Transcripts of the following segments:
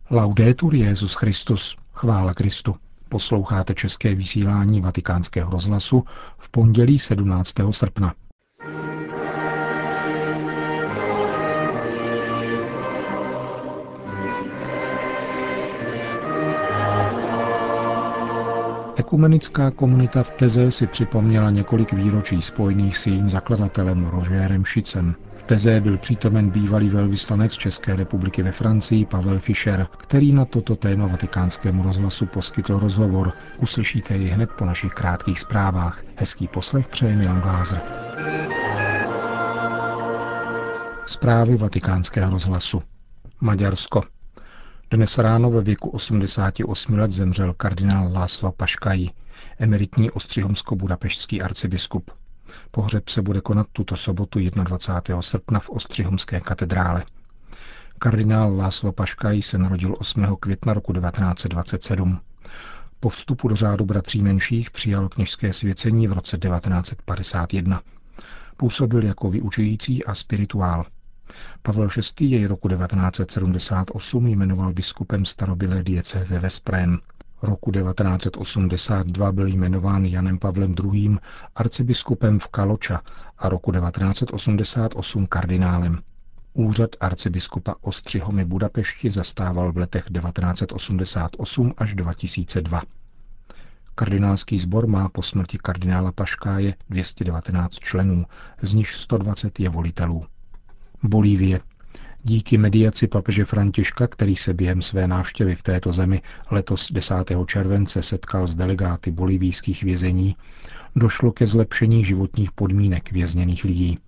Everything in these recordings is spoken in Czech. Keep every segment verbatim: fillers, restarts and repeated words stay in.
Laudetur Jesus Christus, chvála Kristu. Posloucháte české vysílání Vatikánského rozhlasu v pondělí sedmnáctého srpna. Ekumenická komunita v Teze si připomněla několik výročí spojených s jejím zakladatelem Rogerem Schycem. V Teze byl přítomen bývalý velvyslanec České republiky ve Francii Pavel Fischer, který na toto téma Vatikánskému rozhlasu poskytl rozhovor. Uslyšíte jej hned po našich krátkých zprávách. Hezký poslech přeje Milan Glázer. Zprávy Vatikánského rozhlasu. Maďarsko. Dnes ráno ve věku osmdesáti osmi let zemřel kardinál László Paskay, emeritní ostřihomsko-budapešťský arcibiskup. Pohřeb se bude konat tuto sobotu dvacátého prvního srpna v ostřihomské katedrále. Kardinál László Paskay se narodil osmého května roku devatenáct set dvacet sedm. Po vstupu do řádu bratří menších přijal kněžské svěcení v roce devatenáct set padesát jedna. Působil jako vyučující a spirituál. Pavel šestý jej roku devatenáct set sedmdesát osm jmenoval biskupem starobylé diecéze Veszprém. Roku devatenáct set osmdesát dva byl jmenován Janem Pavlem druhým arcibiskupem v Kaloča a roku devatenáct set osmdesát osm kardinálem. Úřad arcibiskupa Ostřihomy Budapešti zastával v letech devatenáct set osmdesát osm až dva tisíce dva. Kardinálský sbor má po smrti kardinála Paškáje dvě stě devatenáct členů, z nichž sto dvacet je volitelů. Bolívie. Díky mediaci papeže Františka, který se během své návštěvy v této zemi letos desátého července setkal s delegáty bolivijských vězení, došlo ke zlepšení životních podmínek vězněných lidí.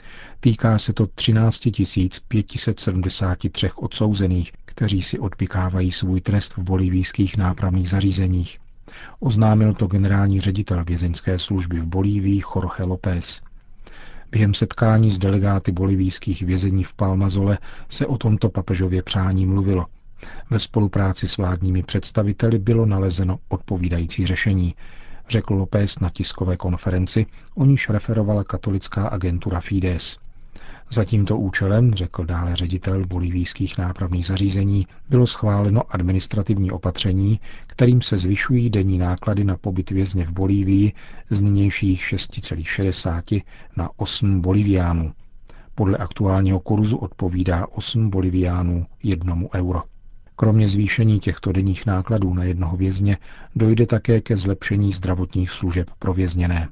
Týká se to třináct tisíc pět set sedmdesát tři odsouzených, kteří si odpikávají svůj trest v bolivijských nápravných zařízeních. Oznámil to generální ředitel vězeňské služby v Bolívii Jorge López. Během setkání s delegáty bolivijských vězení v Palmazole se o tomto papežově přání mluvilo. Ve spolupráci s vládními představiteli bylo nalezeno odpovídající řešení, řekl López na tiskové konferenci, o níž referovala katolická agentura Fides. Za tímto účelem, řekl dále ředitel bolivijských nápravných zařízení, bylo schváleno administrativní opatření, kterým se zvyšují denní náklady na pobyt vězně v Bolívii z nynějších šest celá šedesát na osm boliviánů. Podle aktuálního kurzu odpovídá osm boliviánů jednomu euro. Kromě zvýšení těchto denních nákladů na jednoho vězně dojde také ke zlepšení zdravotních služeb pro vězněné.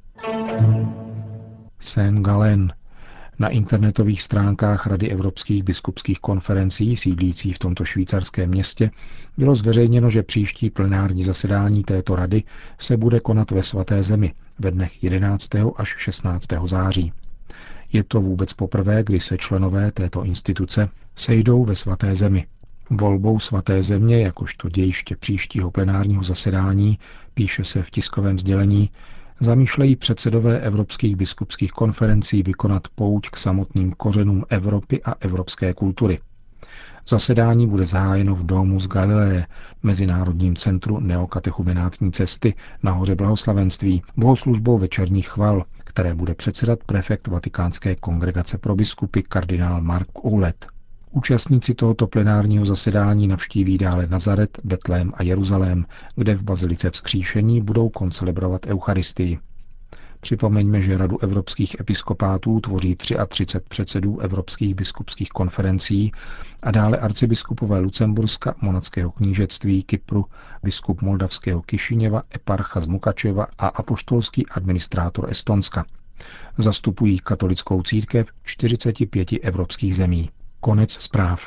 Saint-Gallen. Na internetových stránkách Rady evropských biskupských konferencí sídlící v tomto švýcarském městě bylo zveřejněno, že příští plenární zasedání této rady se bude konat ve Svaté zemi ve dnech jedenáctého až šestnáctého září. Je to vůbec poprvé, kdy se členové této instituce sejdou ve Svaté zemi. Volbou Svaté země jakožto dějiště příštího plenárního zasedání, píše se v tiskovém sdělení, zamýšlejí předsedové evropských biskupských konferencí vykonat pouť k samotným kořenům Evropy a evropské kultury. Zasedání bude zahájeno v Domus Galileje, Mezinárodním centru neokatechumenátní cesty na Hoře Blahoslavenství, bohoslužbou večerních chval, které bude předsedat prefekt Vatikánské kongregace pro biskupy kardinál Mark Ouellet. Účastníci tohoto plenárního zasedání navštíví dále Nazaret, Betlém a Jeruzalém, kde v Bazilice Vzkříšení budou koncelebrovat Eucharistii. Připomeňme, že Radu evropských episkopátů tvoří třicet tři předsedů evropských biskupských konferencí a dále arcibiskupové Lucemburska, Monackého knížectví, Kypru, biskup moldavského Kišiněva, eparcha z Mukačeva a apoštolský administrátor Estonska. Zastupují katolickou církev čtyřiceti pěti evropských zemí. Konec zpráv.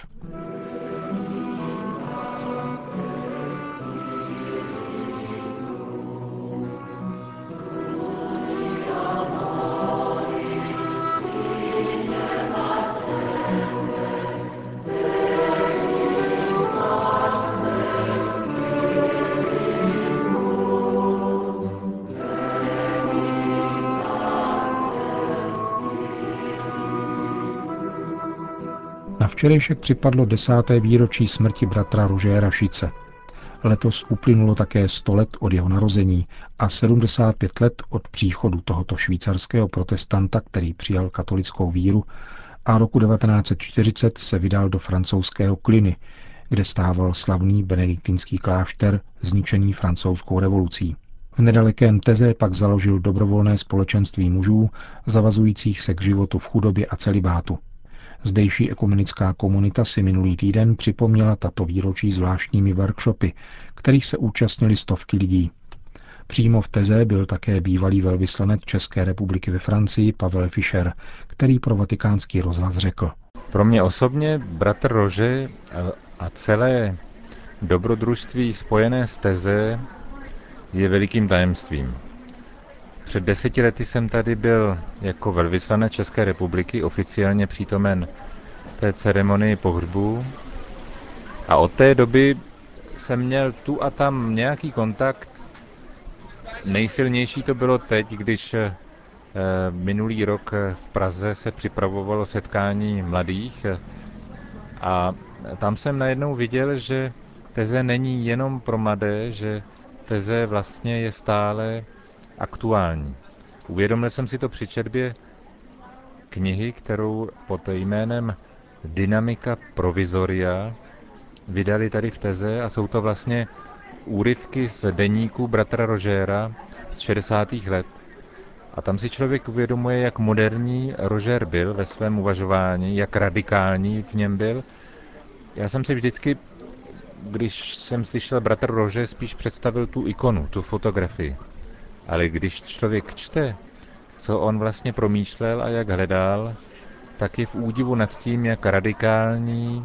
Na včerejšek připadlo desáté výročí smrti bratra Rogera Schyce. Letos uplynulo také sto let od jeho narození a sedmdesát pět let od příchodu tohoto švýcarského protestanta, který přijal katolickou víru a roku devatenáct set čtyřicet se vydal do francouzského Cluny, kde stával slavný benediktínský klášter zničený francouzskou revolucí. V nedalekém Teze pak založil dobrovolné společenství mužů, zavazujících se k životu v chudobě a celibátu. Zdejší ekumenická komunita si minulý týden připomněla tato výročí zvláštními workshopy, kterých se účastnili stovky lidí. Přímo v Teze byl také bývalý velvyslanec České republiky ve Francii Pavel Fischer, který pro Vatikánský rozhlas řekl. Pro mě osobně bratr Rože a celé dobrodružství spojené s Teze je velikým tajemstvím. Před deseti lety jsem tady byl jako velvyslanec České republiky oficiálně přítomen té ceremonii pohřbu a od té doby jsem měl tu a tam nějaký kontakt. Nejsilnější to bylo teď, když minulý rok v Praze se připravovalo setkání mladých a tam jsem najednou viděl, že Teze není jenom pro mladé, že Teze vlastně je stále aktuální. Uvědomil jsem si to při četbě knihy, kterou pod jménem Dynamika provizoria vydali tady v Teze a jsou to vlastně úryvky z deníku bratra Rožéra z šedesátých let. A tam si člověk uvědomuje, jak moderní Roger byl ve svém uvažování, jak radikální v něm byl. Já jsem si vždycky, když jsem slyšel bratr Roger, spíš představil tu ikonu, tu fotografii. Ale když člověk čte, co on vlastně promýšlel a jak hledal, tak je v údivu nad tím, jak radikální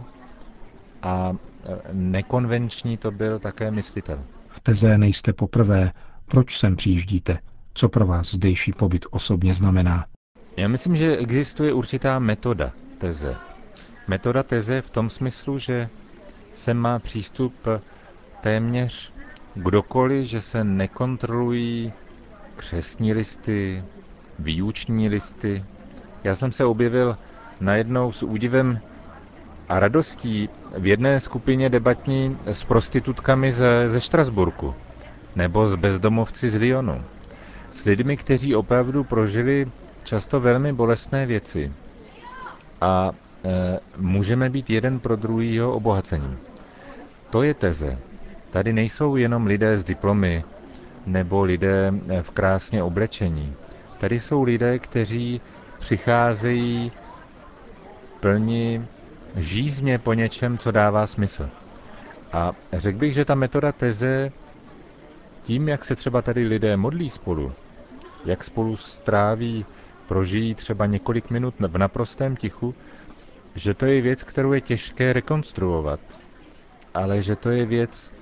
a nekonvenční to byl také myslitel. V Teze nejste poprvé. Proč sem přijíždíte? Co pro vás zdejší pobyt osobně znamená? Já myslím, že existuje určitá metoda Teze. Metoda Teze v tom smyslu, že sem má přístup téměř kdokoliv, že se nekontrolují křestní listy, výuční listy. Já jsem se objevil najednou s údivem a radostí v jedné skupině debatní s prostitutkami ze, ze Štrasburku nebo s bezdomovci z Lyonu. S lidmi, kteří opravdu prožili často velmi bolestné věci. A e, můžeme být jeden pro druhýho obohacením. To je Teze. Tady nejsou jenom lidé s diplomy nebo lidé v krásně oblečení. Tady jsou lidé, kteří přicházejí plni žízně po něčem, co dává smysl. A řekl bych, že ta metoda Teze, tím, jak se třeba tady lidé modlí spolu, jak spolu stráví, prožijí třeba několik minut v naprostém tichu, že to je věc, kterou je těžké rekonstruovat, ale že to je věc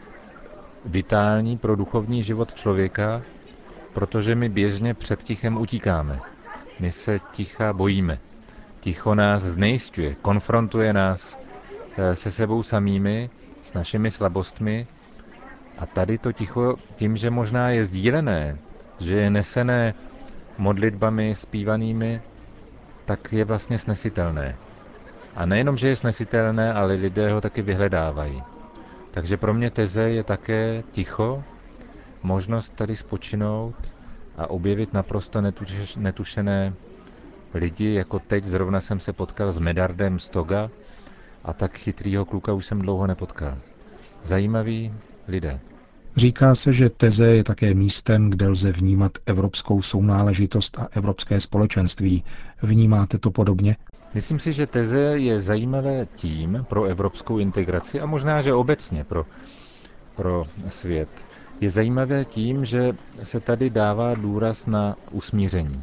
vitální pro duchovní život člověka, protože my běžně před tichem utíkáme. My se ticha bojíme. Ticho nás znejisťuje, konfrontuje nás se sebou samými, s našimi slabostmi. A tady to ticho, tím, že možná je sdílené, že je nesené modlitbami zpívanými, tak je vlastně snesitelné. A nejenom, že je snesitelné, ale lidé ho taky vyhledávají. Takže pro mě Teze je také ticho, možnost tady spočinout a objevit naprosto netuš, netušené lidi, jako teď zrovna jsem se potkal s Medardem z Toga a tak chytrýho kluka už jsem dlouho nepotkal. Zajímaví lidé. Říká se, že Teze je také místem, kde lze vnímat evropskou sounáležitost a evropské společenství. Vnímáte to podobně? Myslím si, že Teze je zajímavé tím pro evropskou integraci a možná, že obecně pro, pro svět. Je zajímavé tím, že se tady dává důraz na usmíření.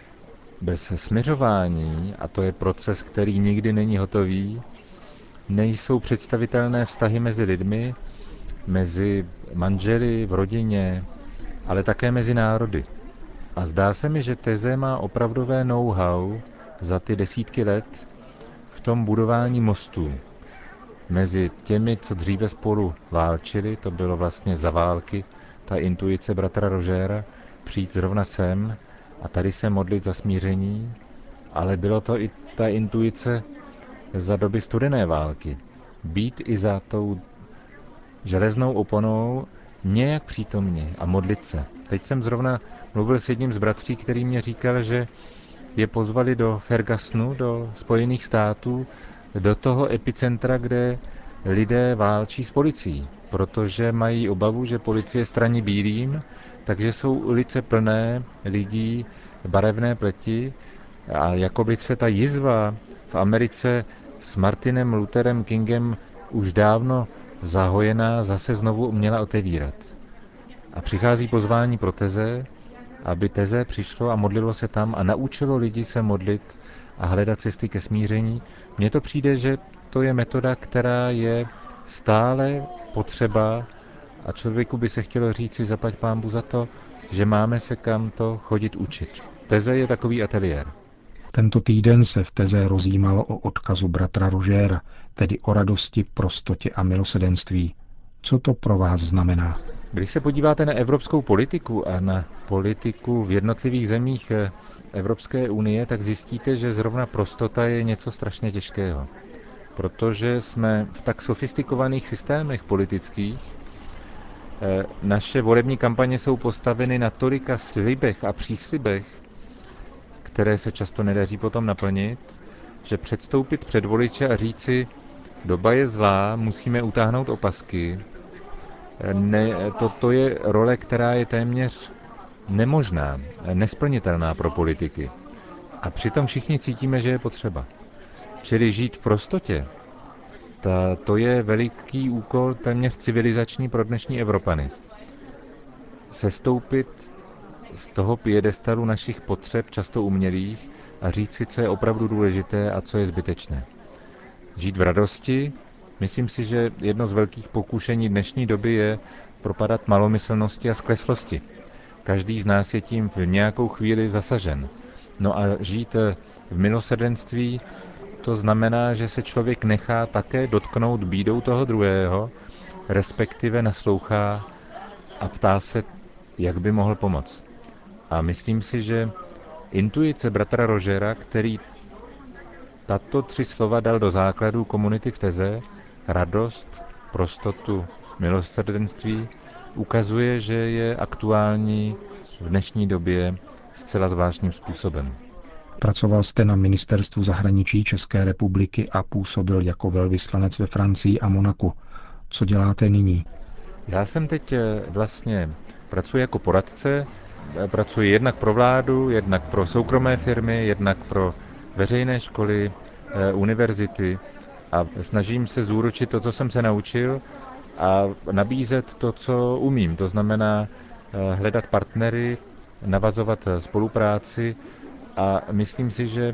Bez smiřování, a to je proces, který nikdy není hotový, nejsou představitelné vztahy mezi lidmi, mezi manželi, v rodině, ale také mezi národy. A zdá se mi, že Teze má opravdové know-how za ty desítky let v tom budování mostů mezi těmi, co dříve spolu válčili, to bylo vlastně za války, ta intuice bratra Rožéra, přijít zrovna sem a tady se modlit za smíření, ale bylo to i ta intuice za doby studené války. Být i za tou železnou oponou nějak přítomně a modlit se. Teď jsem zrovna mluvil s jedním z bratří, který mě říkal, že je pozvali do Fergusonu, do Spojených států, do toho epicentra, kde lidé válčí s policií, protože mají obavu, že policie straní bílým, takže jsou ulice plné lidí barevné pleti a jakoby se ta jizva v Americe s Martinem Lutherem Kingem už dávno zahojená zase znovu měla otevírat. A přichází pozvání pro Teze, aby Teze přišlo a modlilo se tam a naučilo lidi se modlit a hledat cesty ke smíření. Mně to přijde, že to je metoda, která je stále potřeba a člověku by se chtělo říci zaplať pánbu za to, že máme se kam to chodit učit. Teze je takový ateliér. Tento týden se v Teze rozjímalo o odkazu bratra Rožéra, tedy o radosti, prostotě a milosedenství. Co to pro vás znamená? Když se podíváte na evropskou politiku a na politiku v jednotlivých zemích Evropské unie, tak zjistíte, že zrovna prostota je něco strašně těžkého. Protože jsme v tak sofistikovaných systémech politických, naše volební kampaně jsou postaveny na tolika slibech a příslibech, které se často nedaří potom naplnit, že předstoupit před voliče a říci, doba je zlá, musíme utáhnout opasky, ne, to, to je role, která je téměř nemožná, nesplnitelná pro politiky. A přitom všichni cítíme, že je potřeba. Čili žít v prostotě, ta, to je veliký úkol téměř civilizační pro dnešní Evropany. Sestoupit z toho piedestalu našich potřeb, často umělých, a říct si, co je opravdu důležité a co je zbytečné. Žít v radosti, myslím si, že jedno z velkých pokušení dnešní doby je propadat malomyslnosti a skleslosti. Každý z nás je tím v nějakou chvíli zasažen. No a žít v milosrdenství, to znamená, že se člověk nechá také dotknout bídou toho druhého, respektive naslouchá a ptá se, jak by mohl pomoct. A myslím si, že intuice bratra Rožera, který tato tři slova dal do základů komunity v Teze, radost, prostotu, milosrdenství, ukazuje, že je aktuální v dnešní době zcela zvláštním způsobem. Pracoval jste na ministerstvu zahraničí České republiky a působil jako velvyslanec ve Francii a Monaku. Co děláte nyní? Já jsem teď vlastně pracuji jako poradce, pracuji jednak pro vládu, jednak pro soukromé firmy, jednak pro veřejné školy, univerzity a snažím se zúročit to, co jsem se naučil a nabízet to, co umím. To znamená hledat partnery, navazovat spolupráci a myslím si, že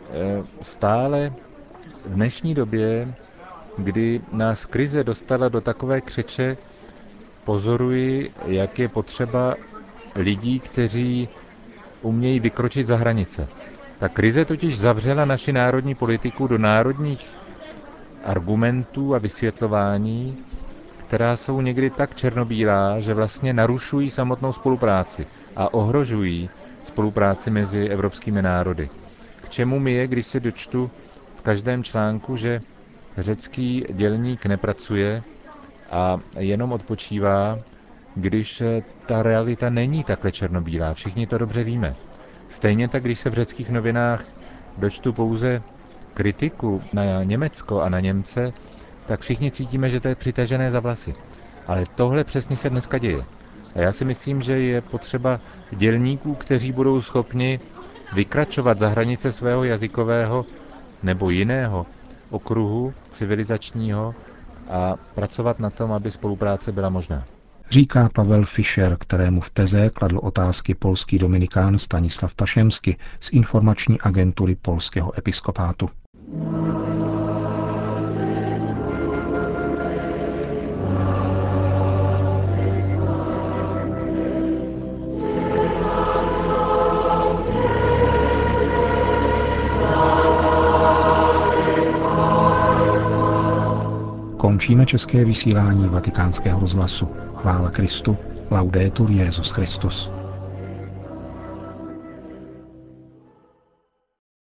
stále v dnešní době, kdy nás krize dostala do takové křeče, pozoruji, jak je potřeba lidí, kteří umějí vykročit za hranice. Ta krize totiž zavřela naši národní politiku do národních argumentů a vysvětlování, která jsou někdy tak černobílá, že vlastně narušují samotnou spolupráci a ohrožují spolupráci mezi evropskými národy. K čemu mi je, když si dočtu v každém článku, že řecký dělník nepracuje a jenom odpočívá, když ta realita není takhle černobílá. Všichni to dobře víme. Stejně tak, když se v řeckých novinách dočtu pouze kritiku na Německo a na Němce, tak všichni cítíme, že to je přitažené za vlasy. Ale tohle přesně se dneska děje. A já si myslím, že je potřeba dělníků, kteří budou schopni vykračovat za hranice svého jazykového nebo jiného okruhu civilizačního a pracovat na tom, aby spolupráce byla možná. Říká Pavel Fischer, kterému v Teze kladl otázky polský dominikán Stanislav Tašemsky z informační agentury polského episkopátu. Končíme české vysílání Vatikánského rozhlasu. Chvála Kristu, laudetur Jesus Christus.